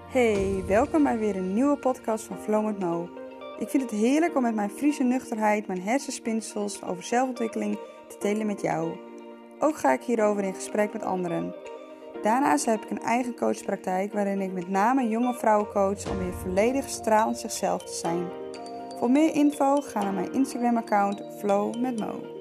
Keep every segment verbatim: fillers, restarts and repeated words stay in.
Hey, welkom bij weer een nieuwe podcast van Flow met Mo. Ik vind het heerlijk om met mijn Friese nuchterheid, mijn hersenspinsels over zelfontwikkeling te delen met jou. Ook ga ik hierover in gesprek met anderen. Daarnaast heb ik een eigen coachpraktijk waarin ik met name jonge vrouwen coach om weer volledig stralend zichzelf te zijn. Voor meer info ga naar mijn Instagram account Flow met Mo.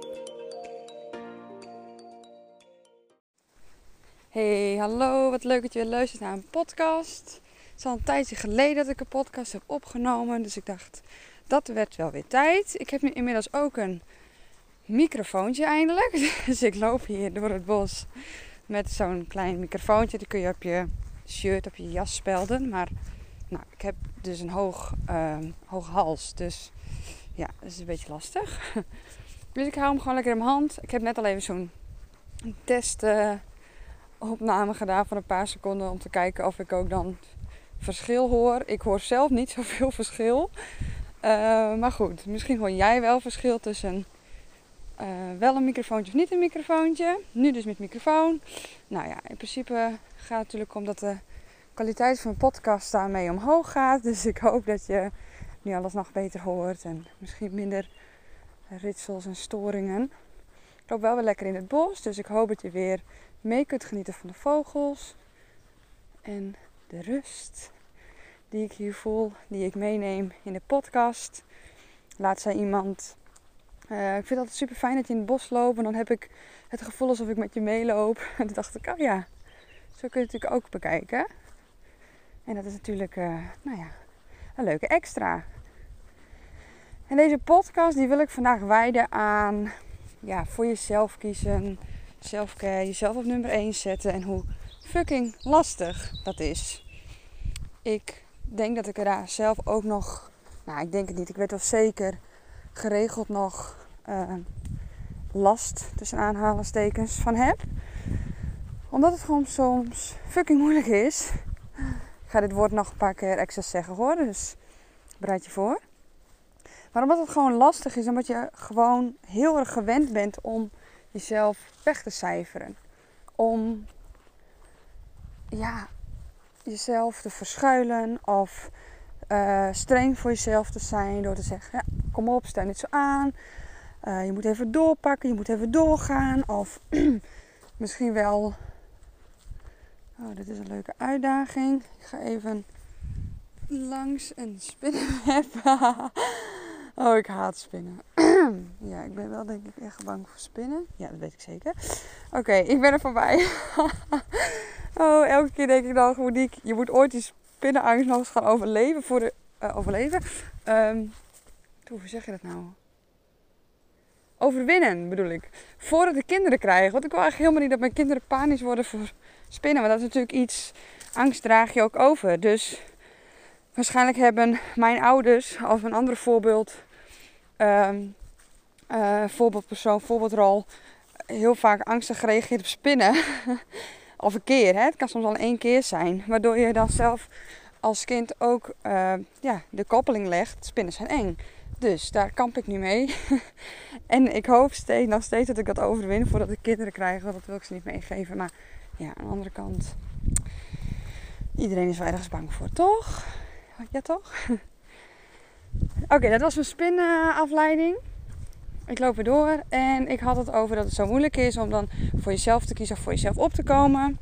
Hey, hallo, wat leuk dat je weer luistert naar een podcast. Het is al een tijdje geleden dat ik een podcast heb opgenomen, dus ik dacht, dat werd wel weer tijd. Ik heb nu inmiddels ook een microfoontje eindelijk, dus ik loop hier door het bos met zo'n klein microfoontje. Die kun je op je shirt, op je jas spelden, maar nou, ik heb dus een hoog, uh, hoge hals, dus ja, dat is een beetje lastig. Dus ik hou hem gewoon lekker in mijn hand. Ik heb net al even zo'n test... Uh, opname gedaan van een paar seconden om te kijken of ik ook dan verschil hoor. Ik hoor zelf niet zoveel verschil. Uh, maar goed, misschien hoor jij wel verschil tussen uh, wel een microfoontje of niet een microfoontje. Nu dus met microfoon. Nou ja, in principe gaat het natuurlijk om dat de kwaliteit van mijn podcast daarmee omhoog gaat. Dus ik hoop dat je nu alles nog beter hoort en misschien minder ritsels en storingen. Ik loop wel weer lekker in het bos, dus ik hoop dat je weer mee kunt genieten van de vogels en de rust die ik hier voel, die ik meeneem in de podcast. Laatst zei iemand, uh, ik vind het altijd super fijn dat je in het bos loopt en dan heb ik het gevoel alsof ik met je meeloop. En toen dacht ik, oh ja, zo kun je het natuurlijk ook bekijken. En dat is natuurlijk, uh, nou ja, een leuke extra. En deze podcast die wil ik vandaag wijden aan, ja, voor jezelf kiezen. Selfcare, jezelf op nummer één zetten en hoe fucking lastig dat is. Ik denk dat ik er daar zelf ook nog, nou ik denk het niet, ik weet wel zeker, geregeld nog uh, last tussen aanhalingstekens van heb. Omdat het gewoon soms fucking moeilijk is. Ik ga dit woord nog een paar keer extra zeggen hoor, dus bereid je voor. Maar omdat het gewoon lastig is, omdat je gewoon heel erg gewend bent om jezelf weg te cijferen. Om ja, jezelf te verschuilen of uh, streng voor jezelf te zijn door te zeggen, ja, kom op, sta niet zo aan. Uh, je moet even doorpakken, je moet even doorgaan. Of misschien wel, oh, dit is een leuke uitdaging. Ik ga even langs een spinnenweb. Oh, ik haat spinnen. Ja, ik ben wel denk ik echt bang voor spinnen. Ja, dat weet ik zeker. Oké, okay, ik ben er voorbij. Oh, elke keer denk ik dan, Monique, je moet ooit die spinnenangst nog eens gaan overleven. Voor de, uh, overleven? Um, hoe zeg je dat nou? Overwinnen bedoel ik. Voordat de kinderen krijgen. Want ik wil eigenlijk helemaal niet dat mijn kinderen panisch worden voor spinnen. Maar dat is natuurlijk iets, angst draag je ook over. Dus waarschijnlijk hebben mijn ouders, als een ander voorbeeld... Um, uh, voorbeeldpersoon, voorbeeldrol, heel vaak angstig gereageerd op spinnen. Of een keer, hè? Het kan soms al één keer zijn. Waardoor je dan zelf als kind ook uh, ja, de koppeling legt. Spinnen zijn eng. Dus daar kamp ik nu mee. En ik hoop steeds, nog steeds dat ik dat overwin voordat ik kinderen krijg. Want dat wil ik ze niet meegeven. Maar ja, aan de andere kant, iedereen is wel ergens bang voor, toch? Ja, toch? Oké, okay, dat was mijn spinafleiding. Ik loop weer door en ik had het over dat het zo moeilijk is om dan voor jezelf te kiezen of voor jezelf op te komen.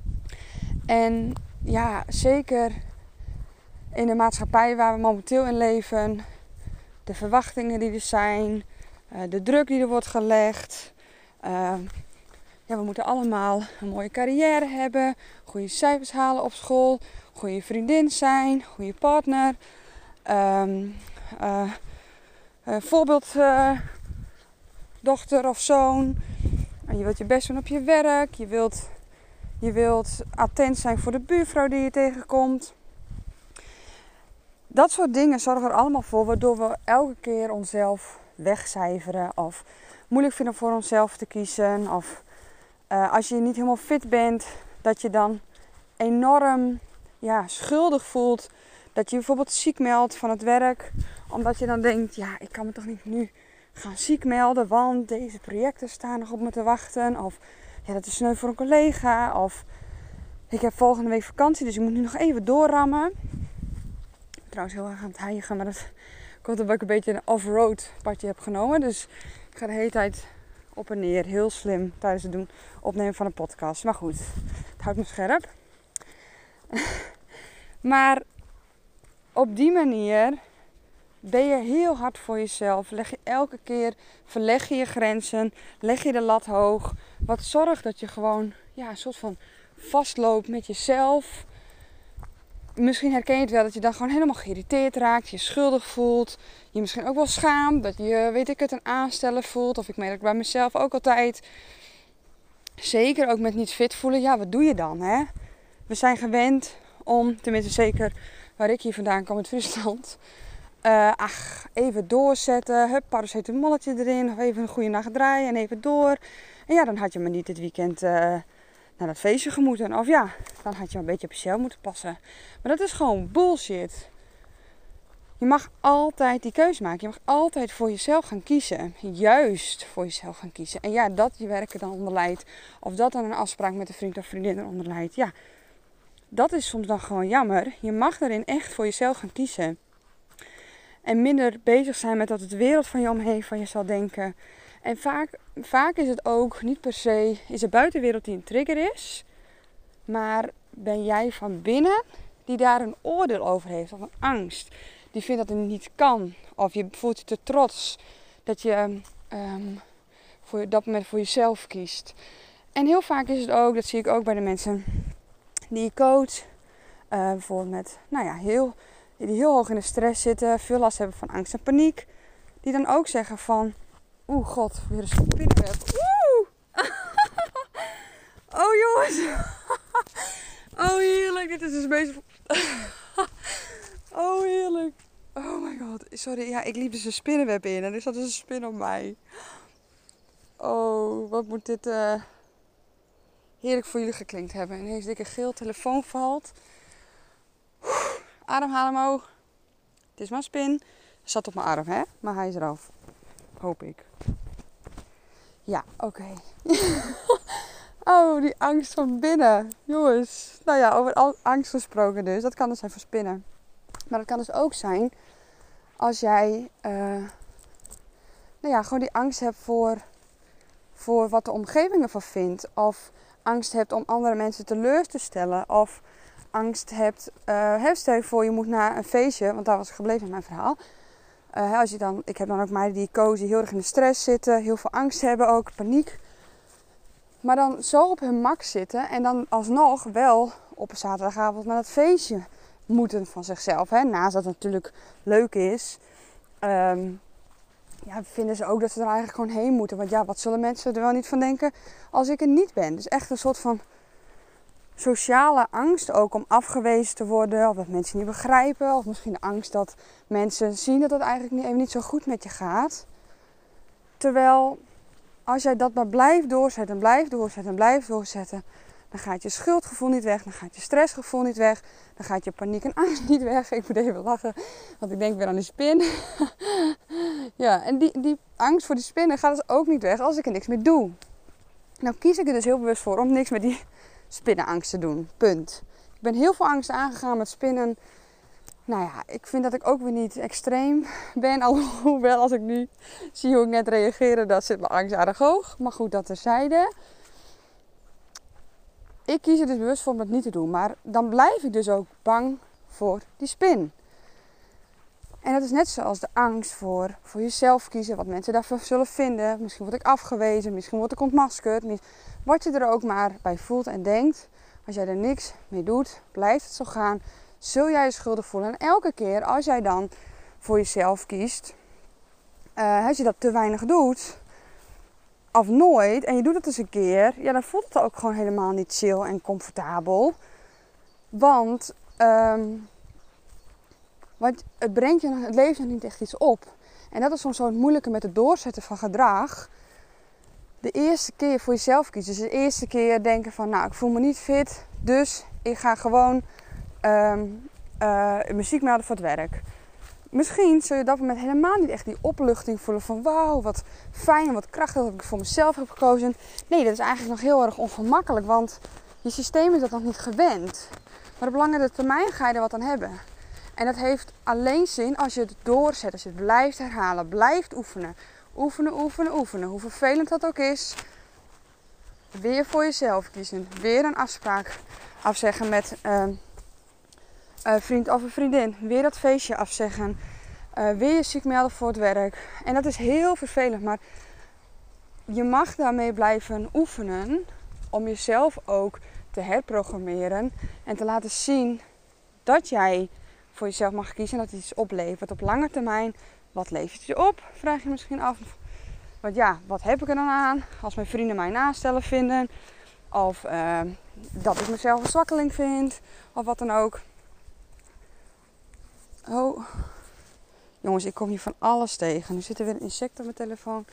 En ja, zeker in de maatschappij waar we momenteel in leven, de verwachtingen die er zijn, de druk die er wordt gelegd. Uh, ja, we moeten allemaal een mooie carrière hebben, goede cijfers halen op school, goede vriendin zijn, goede partner. Um, uh, uh, voorbeeld... Uh, dochter of zoon. En je wilt je best doen op je werk. Je wilt, je wilt attent zijn voor de buurvrouw die je tegenkomt. Dat soort dingen zorgen er allemaal voor waardoor we elke keer onszelf wegcijferen. Of moeilijk vinden voor onszelf te kiezen. Of uh, als je niet helemaal fit bent, dat je dan enorm ja, schuldig voelt. Dat je bijvoorbeeld ziek meldt van het werk. Omdat je dan denkt, ja, ik kan me toch niet nu gaan ziek melden, want deze projecten staan nog op me te wachten. Of ja, dat is sneu voor een collega. Of Ik heb volgende week vakantie, dus ik moet nu nog even doorrammen. Ik ben trouwens heel erg aan het hijgen, maar dat komt omdat ik een beetje een off-road padje heb genomen. Dus ik ga de hele tijd op en neer, heel slim, tijdens het doen opnemen van een podcast. Maar goed, het houdt me scherp. Maar op die manier ben je heel hard voor jezelf. Leg je elke keer, verleg je je grenzen, leg je de lat hoog. Wat zorgt dat je gewoon ja, een soort van vastloopt met jezelf. Misschien herken je het wel dat je dan gewoon helemaal geïrriteerd raakt, je schuldig voelt. Je misschien ook wel schaamt, dat je, weet ik het, een aansteller voelt. Of ik merk bij mezelf ook altijd. Zeker ook met niet fit voelen. Ja, wat doe je dan, hè? We zijn gewend om, tenminste zeker waar ik hier vandaan kom, uit Friesland. Uh, ach, even doorzetten. Hup, paracetamolletje erin. Of even een goede nacht draaien en even door. En ja, dan had je maar niet dit weekend uh, naar dat feestje gemoeten. Of ja, dan had je een beetje op jezelf moeten passen. Maar dat is gewoon bullshit. Je mag altijd die keuze maken. Je mag altijd voor jezelf gaan kiezen. Juist voor jezelf gaan kiezen. En ja, dat je werk er dan onder leidt. Of dat dan een afspraak met een vriend of vriendin eronder leidt. Ja, dat is soms dan gewoon jammer. Je mag erin echt voor jezelf gaan kiezen. En minder bezig zijn met dat het de wereld van je omheen van je zal denken. En vaak, vaak is het ook niet per se, is de buitenwereld die een trigger is. Maar ben jij van binnen die daar een oordeel over heeft. Of een angst. Die vindt dat het niet kan. Of je voelt je te trots. Dat je um, voor dat moment voor jezelf kiest. En heel vaak is het ook, dat zie ik ook bij de mensen die ik coach. Uh, bijvoorbeeld met, nou ja, heel... die heel hoog in de stress zitten, veel last hebben van angst en paniek. Die dan ook zeggen van, oeh god, weer een spinnenweb. Oeh! Oh jongens. Oh heerlijk, dit is dus bezig. Oh heerlijk. Oh my god, sorry, ja, ik liep dus een spinnenweb in en er zat dus een spin op mij. Oh, wat moet dit uh, heerlijk voor jullie geklinkt hebben. En ineens dikke geel telefoon valt. Ademhalen omhoog. Het is maar een spin. Hij zat op mijn arm, hè? Maar hij is eraf. Hoop ik. Ja, oké. Okay. Oh, die angst van binnen. Jongens. Nou ja, over angst gesproken dus. Dat kan dus zijn voor spinnen. Maar dat kan dus ook zijn als jij... Uh, nou ja, gewoon die angst hebt voor, voor wat de omgeving ervan vindt. Of angst hebt om andere mensen teleur te stellen. Of... angst hebt, uh, stel je voor je moet naar een feestje, want daar was ik gebleven in mijn verhaal. Uh, als je dan, ik heb dan ook meiden die kozen, die heel erg in de stress zitten, heel veel angst hebben ook, paniek. Maar dan zo op hun max zitten en dan alsnog wel op een zaterdagavond naar het feestje moeten van zichzelf. Hè? Naast dat het natuurlijk leuk is, um, ja, vinden ze ook dat ze er eigenlijk gewoon heen moeten. Want ja, wat zullen mensen er wel niet van denken als ik er niet ben? Dus echt een soort van... sociale angst ook om afgewezen te worden. Of dat mensen niet begrijpen. Of misschien de angst dat mensen zien dat het eigenlijk niet, even niet zo goed met je gaat. Terwijl als jij dat maar blijft doorzetten. En blijft doorzetten en blijft doorzetten. Dan gaat je schuldgevoel niet weg. Dan gaat je stressgevoel niet weg. Dan gaat je paniek en angst niet weg. Ik moet even lachen. Want ik denk weer aan die spin. Ja, en die, die angst voor die spinnen gaat dus ook niet weg als ik er niks mee doe. Nou kies ik er dus heel bewust voor om niks met die... spinnenangst te doen. Punt. Ik ben heel veel angst aangegaan met spinnen. Nou ja, ik vind dat ik ook weer niet extreem ben. Alhoewel als ik nu zie hoe ik net reageerde, dat zit mijn angst aardig hoog. Maar goed, dat terzijde. Ik kies er dus bewust voor om dat niet te doen. Maar dan blijf ik dus ook bang voor die spin. En dat is net zoals de angst voor, voor jezelf kiezen. Wat mensen daarvoor zullen vinden. Misschien word ik afgewezen. Misschien word ik ontmaskerd. Wat je er ook maar bij voelt en denkt. Als jij er niks mee doet, blijft het zo gaan. Zul jij je schuldig voelen. En elke keer als jij dan voor jezelf kiest. Uh, als je dat te weinig doet. Of nooit. En je doet het eens een keer. Ja, dan voelt het ook gewoon helemaal niet chill en comfortabel. Want... Um, Want het brengt je, het levert je niet echt iets op. En dat is soms zo het moeilijke met het doorzetten van gedrag. De eerste keer voor jezelf kiezen. Dus de eerste keer denken van, nou, ik voel me niet fit. Dus ik ga gewoon um, uh, muziek melden voor het werk. Misschien zul je op dat moment helemaal niet echt die opluchting voelen van... wauw, wat fijn en wat krachtig dat ik voor mezelf heb gekozen. Nee, dat is eigenlijk nog heel erg ongemakkelijk. Want je systeem is dat nog niet gewend. Maar op langere termijn ga je er wat aan hebben. En dat heeft alleen zin als je het doorzet, als je het blijft herhalen, blijft oefenen. Oefenen, oefenen, oefenen. Hoe vervelend dat ook is. Weer voor jezelf kiezen. Weer een afspraak afzeggen met uh, een vriend of een vriendin. Weer dat feestje afzeggen. Uh, weer je ziek melden voor het werk. En dat is heel vervelend. Maar je mag daarmee blijven oefenen. Om jezelf ook te herprogrammeren. En te laten zien dat jij voor jezelf mag kiezen. En dat het iets oplevert. Op lange termijn. Wat levert je op? Vraag je misschien af. Want ja, wat heb ik er dan aan? Als mijn vrienden mij naastellen vinden. Of uh, dat ik mezelf een zwakkeling vind. Of wat dan ook. Oh. Jongens, ik kom hier van alles tegen. Nu zit er weer een insect op mijn telefoon.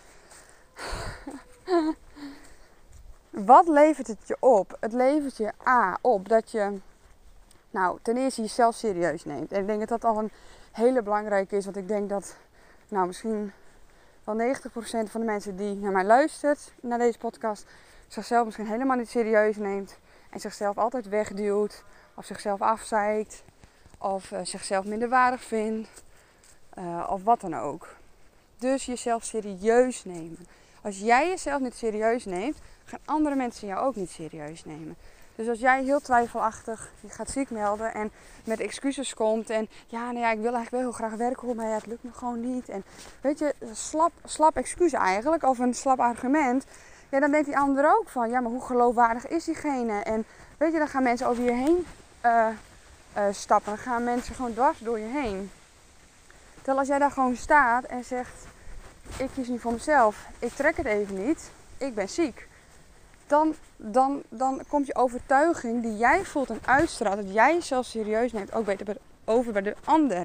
Wat levert het je op? Het levert je A op dat je, nou, ten eerste jezelf serieus neemt. En ik denk dat dat al een hele belangrijke is. Want ik denk dat, nou, misschien wel negentig procent van de mensen die naar mij luistert, naar deze podcast, zichzelf misschien helemaal niet serieus neemt. En zichzelf altijd wegduwt. Of zichzelf afzeikt. Of uh, zichzelf minderwaardig vindt. Uh, of wat dan ook. Dus jezelf serieus nemen. Als jij jezelf niet serieus neemt, gaan andere mensen jou ook niet serieus nemen. Dus als jij heel twijfelachtig je gaat ziek melden en met excuses komt. En ja, nou ja, ik wil eigenlijk wel heel graag werken, maar ja, het lukt me gewoon niet. En weet je, slap, slap excuus eigenlijk, of een slap argument. Ja, dan denkt die ander ook van, ja, maar hoe geloofwaardig is diegene? En weet je, dan gaan mensen over je heen uh, uh, stappen. Dan gaan mensen gewoon dwars door je heen. Terwijl als jij daar gewoon staat en zegt, ik kies niet voor mezelf, ik trek het even niet, ik ben ziek. Dan, dan, dan komt je overtuiging die jij voelt en uitstraalt, dat jij jezelf serieus neemt, ook beter over bij de ander.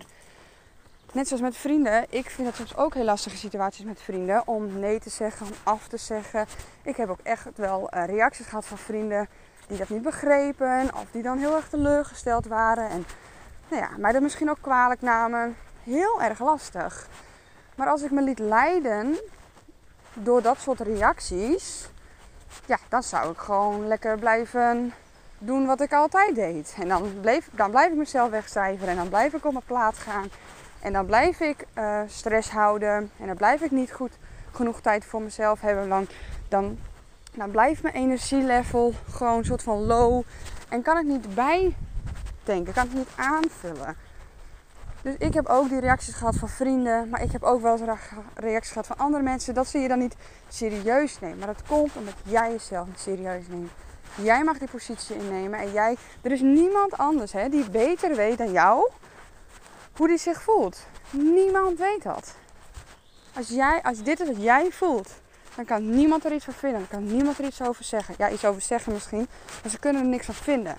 Net zoals met vrienden, ik vind het soms ook heel lastige situaties met vrienden, om nee te zeggen, om af te zeggen. Ik heb ook echt wel uh, reacties gehad van vrienden die dat niet begrepen, of die dan heel erg teleurgesteld waren. En nou ja, mij dat misschien ook kwalijk namen. Heel erg lastig. Maar als ik me liet leiden door dat soort reacties, ja, dan zou ik gewoon lekker blijven doen wat ik altijd deed. En dan, bleef, dan blijf ik mezelf wegcijferen en dan blijf ik op mijn plaat gaan. En dan blijf ik uh, stress houden en dan blijf ik niet goed genoeg tijd voor mezelf hebben. Dan, dan, dan blijft mijn energielevel gewoon een soort van low. En kan ik niet bijdenken, kan ik niet aanvullen. Dus ik heb ook die reacties gehad van vrienden. Maar ik heb ook wel eens reacties gehad van andere mensen. Dat ze je dan niet serieus nemen. Maar dat komt omdat jij jezelf niet serieus neemt. Jij mag die positie innemen. En jij, er is niemand anders hè, die beter weet dan jou hoe die zich voelt. Niemand weet dat. Als, jij, als dit is wat jij voelt, dan kan niemand er iets van vinden. Dan kan niemand er iets over zeggen. Ja, iets over zeggen misschien. Maar ze kunnen er niks van vinden.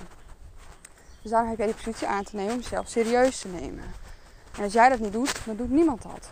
Dus daarom heb jij die positie aan te nemen om jezelf serieus te nemen. En als jij dat niet doet, dan doet niemand dat.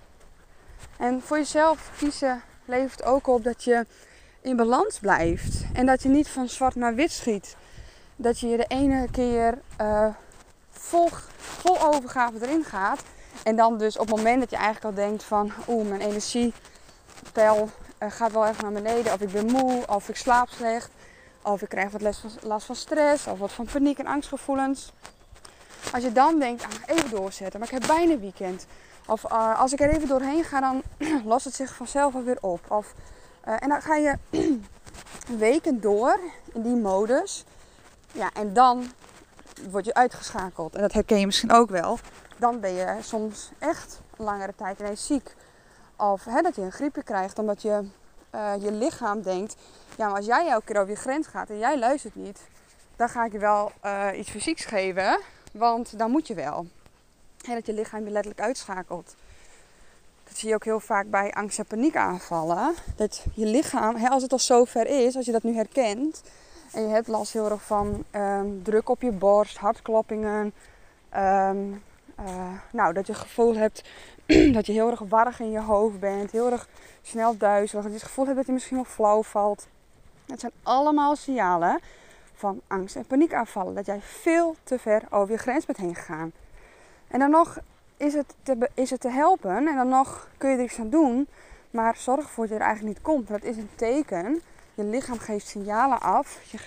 En voor jezelf kiezen levert ook op dat je in balans blijft. En dat je niet van zwart naar wit schiet. Dat je de ene keer uh, vol, vol overgave erin gaat. En dan dus op het moment dat je eigenlijk al denkt van, oeh, mijn energiepeil uh, gaat wel even naar beneden. Of ik ben moe, of ik slaap slecht. Of ik krijg wat last van, last van stress, of wat van paniek en angstgevoelens. Als je dan denkt, ah, even doorzetten, maar ik heb bijna weekend. Of uh, als ik er even doorheen ga, dan lost het zich vanzelf alweer op. Of, uh, en dan ga je weken door in die modus. Ja, en dan word je uitgeschakeld. En dat herken je misschien ook wel. Dan ben je soms echt een langere tijd ineens ziek. Of hè, dat je een griepje krijgt omdat je, uh, je lichaam denkt, ja, maar als jij elke keer over je grens gaat en jij luistert niet, dan ga ik je wel uh, iets fysieks geven, want dan moet je wel. En dat je lichaam je letterlijk uitschakelt. Dat zie je ook heel vaak bij angst- en paniekaanvallen. Dat je lichaam, hè, als het al zo ver is, als je dat nu herkent, en je hebt last heel erg van um, druk op je borst, hartkloppingen, um, uh, nou, dat je het gevoel hebt dat je heel erg warrig in je hoofd bent, heel erg snel duizelig, dat je het gevoel hebt dat je misschien nog flauw valt. Dat zijn allemaal signalen van angst- en paniekaanvallen. Dat jij veel te ver over je grens bent heen gegaan. En dan nog is het te, is het te helpen en dan nog kun je er iets aan doen. Maar zorg ervoor dat je er eigenlijk niet komt. Dat is een teken. Je lichaam geeft signalen af. Je gaat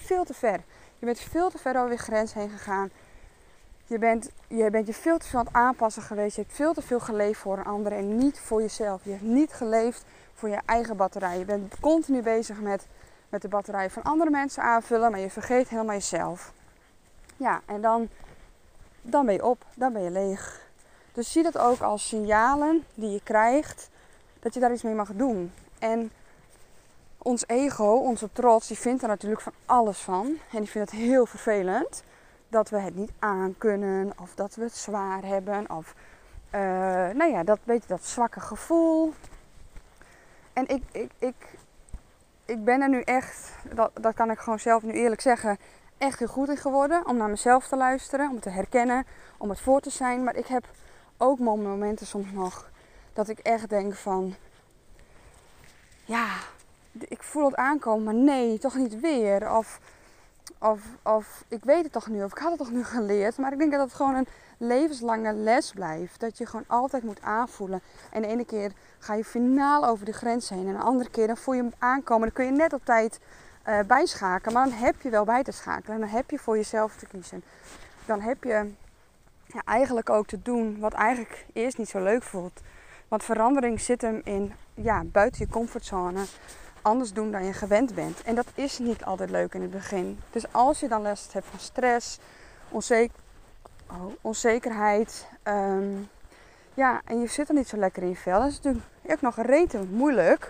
veel te ver. Je bent veel te ver over je grens heen gegaan. Je bent, je bent je veel te veel aan het aanpassen geweest. Je hebt veel te veel geleefd voor een ander en niet voor jezelf. Je hebt niet geleefd voor je eigen batterij. Je bent continu bezig met, met de batterij van andere mensen aanvullen, maar je vergeet helemaal jezelf. Ja, en dan, dan ben je op, dan ben je leeg. Dus zie dat ook als signalen die je krijgt, dat je daar iets mee mag doen. En ons ego, onze trots, die vindt er natuurlijk van alles van. En die vindt het heel vervelend dat we het niet aankunnen, of dat we het zwaar hebben, of uh, nou ja, dat, weet je, dat zwakke gevoel. En ik, ik, ik, ik ben er nu echt, dat, dat kan ik gewoon zelf nu eerlijk zeggen, echt heel goed in geworden. Om naar mezelf te luisteren, om het te herkennen, om het voor te zijn. Maar ik heb ook momenten soms nog dat ik echt denk van, ja, ik voel het aankomen, maar nee, toch niet weer. Of, of, of ik weet het toch nu, of ik had het toch nu geleerd. Maar ik denk dat het gewoon een levenslange les blijft. Dat je gewoon altijd moet aanvoelen. En de ene keer ga je finaal over de grens heen. En de andere keer dan voel je hem aankomen. Dan kun je net op tijd uh, bijschakelen. Maar dan heb je wel bij te schakelen. En dan heb je voor jezelf te kiezen. Dan heb je ja, eigenlijk ook te doen wat eigenlijk eerst niet zo leuk voelt. Want verandering zit hem in ja, buiten je comfortzone. Anders doen dan je gewend bent. En dat is niet altijd leuk in het begin. Dus als je dan last hebt van stress, onzeker, oh, onzekerheid. Um, ja, en je zit er niet zo lekker in je vel. Dan is het natuurlijk ook nog rete moeilijk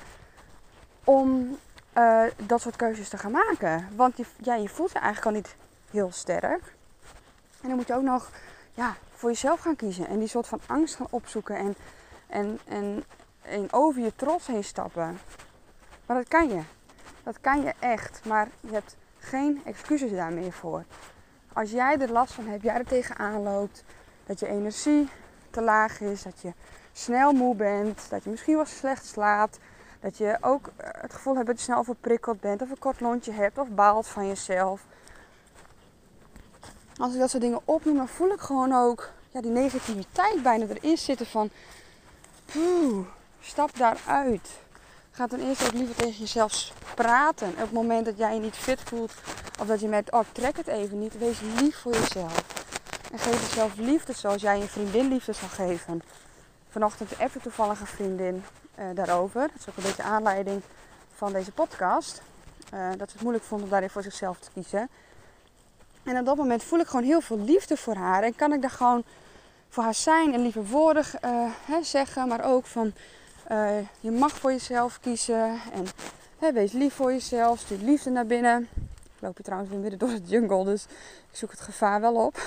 om uh, dat soort keuzes te gaan maken. Want je, ja, je voelt je eigenlijk al niet heel sterk. En dan moet je ook nog ja, voor jezelf gaan kiezen. En die soort van angst gaan opzoeken. En, en, en, en over je trots heen stappen. Maar dat kan je. Dat kan je echt. Maar je hebt geen excuses daar meer voor. Als jij er last van hebt, jij er tegenaan loopt, dat je energie te laag is, dat je snel moe bent, dat je misschien wel slecht slaapt, dat je ook het gevoel hebt dat je snel overprikkeld bent of een kort lontje hebt of baalt van jezelf. Als ik dat soort dingen opnoem, dan voel ik gewoon ook ja, die negativiteit bijna erin zitten van, poeh, stap daaruit. Ga ten eerste ook liever tegen jezelf praten. Op het moment dat jij je niet fit voelt. Of dat je merkt, oh ik trek het even niet. Wees lief voor jezelf. En geef jezelf liefde zoals jij je vriendin liefde zal geven. Vanochtend appte toevallig een vriendin uh, daarover. Dat is ook een beetje aanleiding van deze podcast. Uh, dat ze het moeilijk vond om daarin voor zichzelf te kiezen. En op dat moment voel ik gewoon heel veel liefde voor haar. En kan ik daar gewoon voor haar zijn en lieve woorden uh, hè, zeggen. Maar ook van... Uh, je mag voor jezelf kiezen en hè, wees lief voor jezelf, stuur liefde naar binnen. Ik loop hier trouwens weer midden door de jungle, dus ik zoek het gevaar wel op.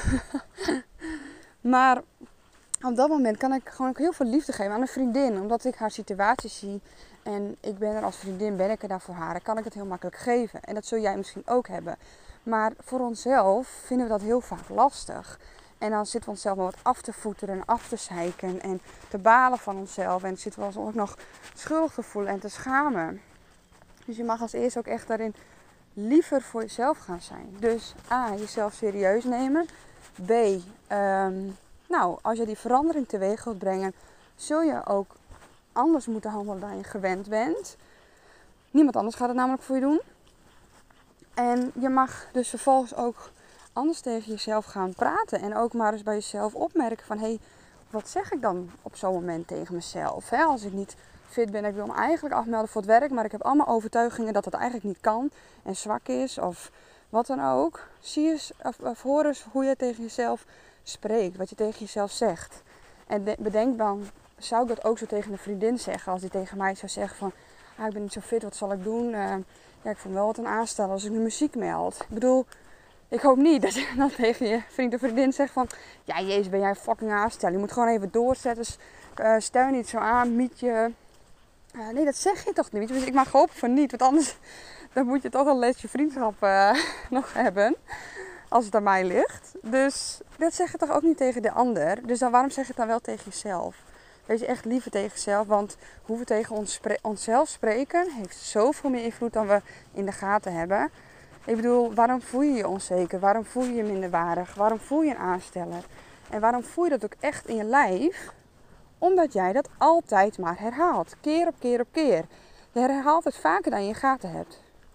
Maar op dat moment kan ik gewoon ook heel veel liefde geven aan een vriendin, omdat ik haar situatie zie. En ik ben er als vriendin, ben ik er daar voor haar. Dan kan ik het heel makkelijk geven. En dat zul jij misschien ook hebben. Maar voor onszelf vinden we dat heel vaak lastig. En dan zitten we onszelf maar wat af te voeteren en af te zeiken en te balen van onszelf. En zitten we ons ook nog schuldig te voelen en te schamen. Dus je mag als eerste ook echt daarin liever voor jezelf gaan zijn. Dus A, jezelf serieus nemen. B, um, nou, als je die verandering teweeg wilt brengen, zul je ook anders moeten handelen dan je gewend bent. Niemand anders gaat het namelijk voor je doen. En je mag dus vervolgens ook anders tegen jezelf gaan praten. En ook maar eens bij jezelf opmerken van... hé, hey, wat zeg ik dan op zo'n moment tegen mezelf? Hè? Als ik niet fit ben, ik wil me eigenlijk afmelden voor het werk... maar ik heb allemaal overtuigingen dat het eigenlijk niet kan en zwak is of wat dan ook. Zie eens of, of hoor eens hoe je tegen jezelf spreekt, wat je tegen jezelf zegt. En de, bedenk dan, zou ik dat ook zo tegen een vriendin zeggen... als die tegen mij zou zeggen van... ah, ik ben niet zo fit, wat zal ik doen? Uh, ja, ik voel me wel wat aan aanstellen als ik mijn muziek meld. Ik bedoel... Ik hoop niet dat je dan tegen je vriend of vriendin zegt van... ja, jezus, ben jij fucking aanstellen. Je moet gewoon even doorzetten. Uh, stel je niet zo aan, miet je... Uh, nee, dat zeg je toch niet? Dus ik mag hopen van niet. Want anders dan moet je toch een lesje vriendschap uh, nog hebben. Als het aan mij ligt. Dus dat zeg je toch ook niet tegen de ander. Dus dan, waarom zeg je het dan wel tegen jezelf? Wees je echt liever tegen jezelf. Want hoe we tegen ons spre- onszelf spreken... heeft zoveel meer invloed dan we in de gaten hebben... Ik bedoel, waarom voel je je onzeker? Waarom voel je je minderwaardig? Waarom voel je een aansteller? En waarom voel je dat ook echt in je lijf? Omdat jij dat altijd maar herhaalt. Keer op keer op keer. Je herhaalt het vaker dan je in gaten hebt.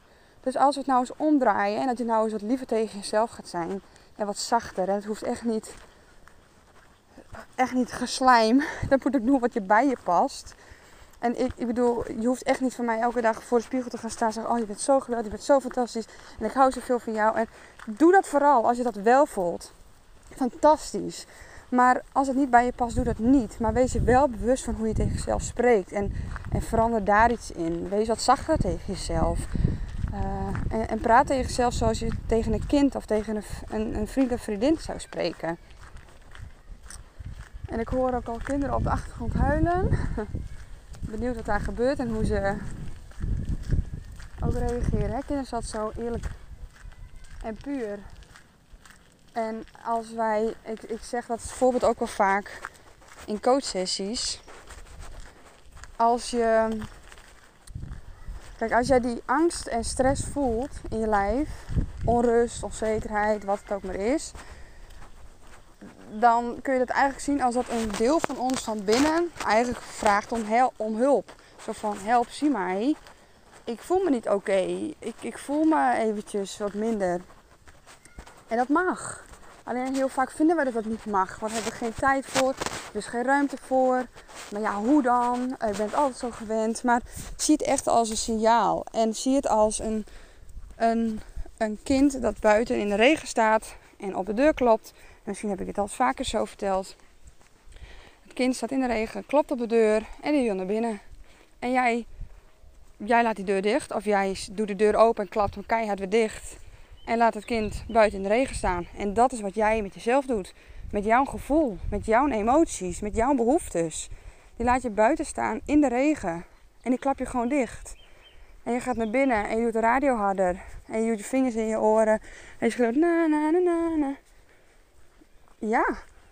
Dus als we het nou eens omdraaien en dat je nou eens wat liever tegen jezelf gaat zijn en wat zachter. En het hoeft echt niet, echt niet geslijm. Dat moet ook doen wat je bij je past. En ik, ik bedoel, je hoeft echt niet van mij elke dag voor de spiegel te gaan staan en zeggen, oh je bent zo geweldig, je bent zo fantastisch en ik hou zoveel van jou. En doe dat vooral als je dat wel voelt. Fantastisch. Maar als het niet bij je past, doe dat niet. Maar wees je wel bewust van hoe je tegen jezelf spreekt. En, en verander daar iets in. Wees wat zachter tegen jezelf. Uh, en, en praat tegen jezelf zoals je tegen een kind of tegen een, een, een vriend of vriendin zou spreken. En ik hoor ook al kinderen op de achtergrond huilen. Benieuwd wat daar gebeurt en hoe ze ook reageren. Hè? Kinderen zijn zo eerlijk en puur. En als wij, ik, ik zeg dat voorbeeld ook wel vaak in coachsessies. Als je, kijk, als jij die angst en stress voelt in je lijf, onrust, onzekerheid, wat het ook maar is, dan kun je dat eigenlijk zien als dat een deel van ons van binnen eigenlijk vraagt om, hel- om hulp. Zo van, help, zie mij. Ik voel me niet oké. Okay. Ik, ik voel me eventjes wat minder. En dat mag. Alleen heel vaak vinden we dat dat niet mag. Want we hebben er geen tijd voor. Er is geen ruimte voor. Maar ja, hoe dan? Ik ben het altijd zo gewend. Maar zie het echt als een signaal. En zie het als een, een, een kind dat buiten in de regen staat en op de deur klopt. Misschien heb ik het al eens vaker zo verteld. Het kind staat in de regen, klopt op de deur en die wil naar binnen. En jij, jij laat die deur dicht. Of jij doet de deur open en klapt hem keihard weer dicht. En laat het kind buiten in de regen staan. En dat is wat jij met jezelf doet. Met jouw gevoel, met jouw emoties, met jouw behoeftes. Die laat je buiten staan in de regen. En die klap je gewoon dicht. En je gaat naar binnen en je doet de radio harder. En je doet je vingers in je oren. En je schreeuwt na na na na na. Ja.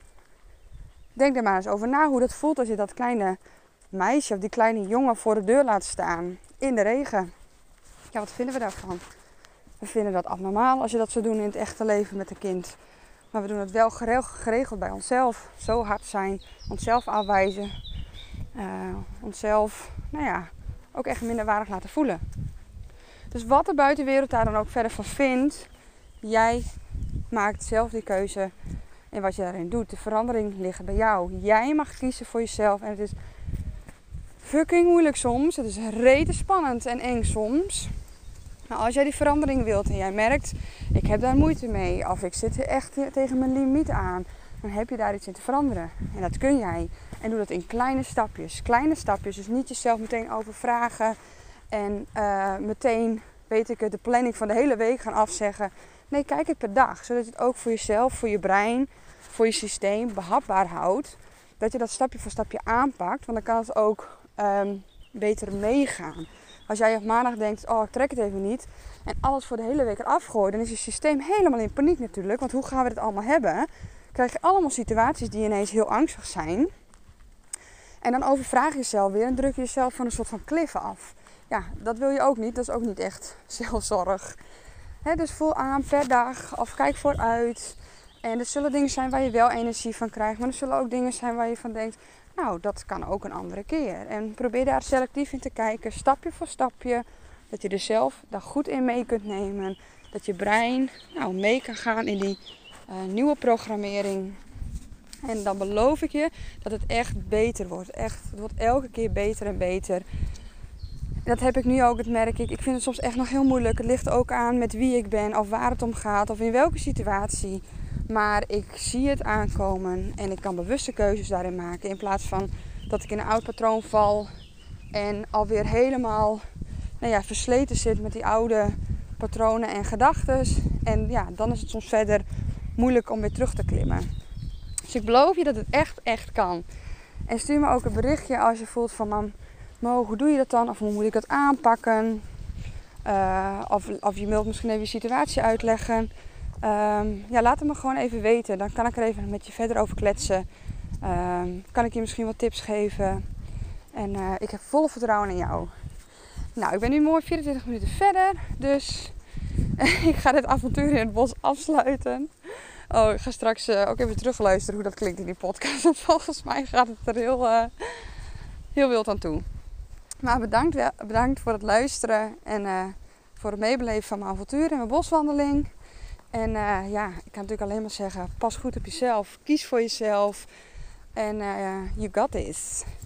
Denk er maar eens over na hoe dat voelt als je dat kleine meisje of die kleine jongen voor de deur laat staan. In de regen. Ja, wat vinden we daarvan? We vinden dat abnormaal als je dat zou doen in het echte leven met een kind. Maar we doen het wel geregeld bij onszelf. Zo hard zijn. Onszelf afwijzen. Uh, onszelf, nou ja, ook echt minderwaardig laten voelen. Dus wat de buitenwereld daar dan ook verder van vindt. Jij maakt zelf die keuze. En wat je daarin doet. De verandering ligt bij jou. Jij mag kiezen voor jezelf. En het is fucking moeilijk soms. Het is rete spannend en eng soms. Maar als jij die verandering wilt en jij merkt, ik heb daar moeite mee. Of ik zit echt tegen mijn limiet aan. Dan heb je daar iets in te veranderen. En dat kun jij. En doe dat in kleine stapjes. Kleine stapjes. Dus niet jezelf meteen overvragen. En uh, meteen, weet ik het, de planning van de hele week gaan afzeggen. Nee, kijk het per dag. Zodat je het ook voor jezelf, voor je brein, voor je systeem behapbaar houdt. Dat je dat stapje voor stapje aanpakt. Want dan kan het ook um, beter meegaan. Als jij op maandag denkt, oh ik trek het even niet. En alles voor de hele week eraf gooit. Dan is je systeem helemaal in paniek natuurlijk. Want hoe gaan we dit allemaal hebben? Krijg je allemaal situaties die ineens heel angstig zijn. En dan overvraag je jezelf weer en druk je jezelf van een soort van kliffen af. Ja, dat wil je ook niet. Dat is ook niet echt zelfzorg. He, dus voel aan per dag of kijk vooruit. En er zullen dingen zijn waar je wel energie van krijgt. Maar er zullen ook dingen zijn waar je van denkt, nou dat kan ook een andere keer. En probeer daar selectief in te kijken, stapje voor stapje. Dat je er zelf daar goed in mee kunt nemen. Dat je brein nou, mee kan gaan in die uh, nieuwe programmering. En dan beloof ik je dat het echt beter wordt. Echt, het wordt elke keer beter en beter. Dat heb ik nu ook, dat merk ik. Ik vind het soms echt nog heel moeilijk. Het ligt ook aan met wie ik ben of waar het om gaat of in welke situatie. Maar ik zie het aankomen en ik kan bewuste keuzes daarin maken. In plaats van dat ik in een oud patroon val en alweer helemaal nou ja, versleten zit met die oude patronen en gedachten. En ja, dan is het soms verder moeilijk om weer terug te klimmen. Dus ik beloof je dat het echt, echt kan. En stuur me ook een berichtje als je voelt van, mam, Mo, hoe doe je dat dan? Of hoe moet ik dat aanpakken? Uh, of, of je wilt misschien even je situatie uitleggen. Um, ja, laat het me gewoon even weten. Dan kan ik er even met je verder over kletsen. Um, kan ik je misschien wat tips geven. En uh, ik heb volle vertrouwen in jou. Nou, ik ben nu mooi vierentwintig minuten verder. Dus ik ga dit avontuur in het bos afsluiten. Oh, ik ga straks uh, ook even terugluisteren hoe dat klinkt in die podcast. Want volgens mij gaat het er heel, uh, heel wild aan toe. Maar bedankt, bedankt voor het luisteren. En uh, voor het meebeleven van mijn avontuur en mijn boswandeling. En uh, ja, ik kan natuurlijk alleen maar zeggen, pas goed op jezelf. Kies voor jezelf. En uh, you got this.